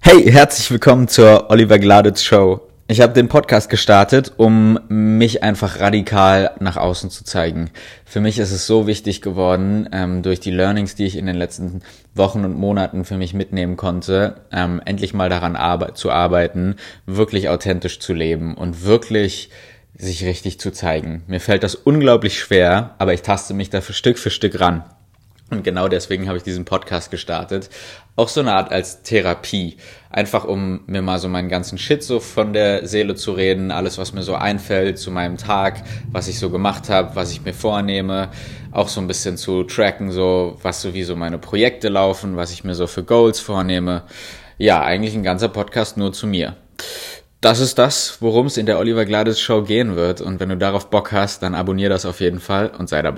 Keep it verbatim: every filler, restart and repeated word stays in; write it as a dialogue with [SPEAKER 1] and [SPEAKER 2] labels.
[SPEAKER 1] Hey, herzlich willkommen zur Oliver Gladitz Show. Ich habe den Podcast gestartet, um mich einfach radikal nach außen zu zeigen. Für mich ist es so wichtig geworden, ähm, durch die Learnings, die ich in den letzten Wochen und Monaten für mich mitnehmen konnte, ähm, endlich mal daran arbe- zu arbeiten, wirklich authentisch zu leben und wirklich sich richtig zu zeigen. Mir fällt das unglaublich schwer, aber ich taste mich da für Stück für Stück ran. Und genau deswegen habe ich diesen Podcast gestartet. Auch so eine Art als Therapie. Einfach um mir mal so meinen ganzen Shit so von der Seele zu reden. Alles, was mir so einfällt zu meinem Tag, was ich so gemacht habe, was ich mir vornehme. Auch so ein bisschen zu tracken, so was so wie so meine Projekte laufen, was ich mir so für Goals vornehme. Ja, eigentlich ein ganzer Podcast nur zu mir. Das ist das, worum es in der Oliver Gladitz Show gehen wird. Und wenn du darauf Bock hast, dann abonnier das auf jeden Fall und sei dabei.